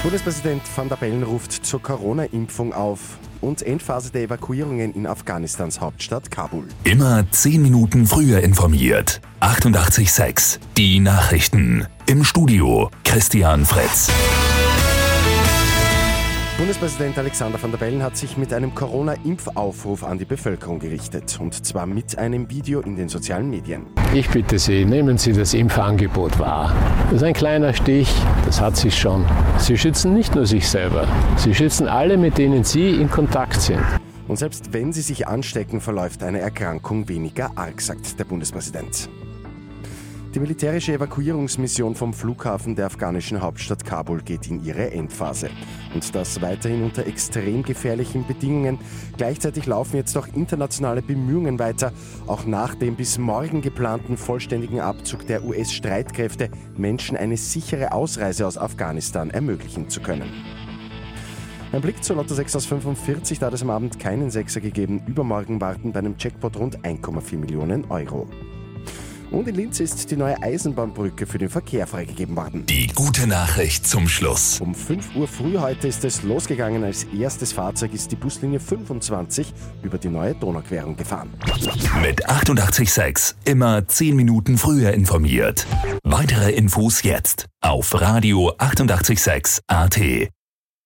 Bundespräsident Van der Bellen ruft zur Corona-Impfung auf und Endphase der Evakuierungen in Afghanistans Hauptstadt Kabul. Immer 10 Minuten früher informiert. 88,6. Die Nachrichten. Im Studio Christian Fritz. Bundespräsident Alexander Van der Bellen hat sich mit einem Corona-Impfaufruf an die Bevölkerung gerichtet. Und zwar mit einem Video in den sozialen Medien. Ich bitte Sie, nehmen Sie das Impfangebot wahr. Das ist ein kleiner Stich, das hat sich schon. Sie schützen nicht nur sich selber, Sie schützen alle, mit denen Sie in Kontakt sind. Und selbst wenn sie sich anstecken, verläuft eine Erkrankung weniger arg, sagt der Bundespräsident. Die militärische Evakuierungsmission vom Flughafen der afghanischen Hauptstadt Kabul geht in ihre Endphase. Und das weiterhin unter extrem gefährlichen Bedingungen. Gleichzeitig laufen jetzt auch internationale Bemühungen weiter, auch nach dem bis morgen geplanten vollständigen Abzug der US-Streitkräfte Menschen eine sichere Ausreise aus Afghanistan ermöglichen zu können. Ein Blick zur Lotto 6 aus 45, da hat es am Abend keinen Sechser gegeben. Übermorgen warten bei einem Jackpot rund 1,4 Millionen Euro. Und in Linz ist die neue Eisenbahnbrücke für den Verkehr freigegeben worden. Die gute Nachricht zum Schluss. Um 5 Uhr früh heute ist es losgegangen. Als erstes Fahrzeug ist die Buslinie 25 über die neue Donauquerung gefahren. Mit 88,6 immer 10 Minuten früher informiert. Weitere Infos jetzt auf Radio 88,6 AT.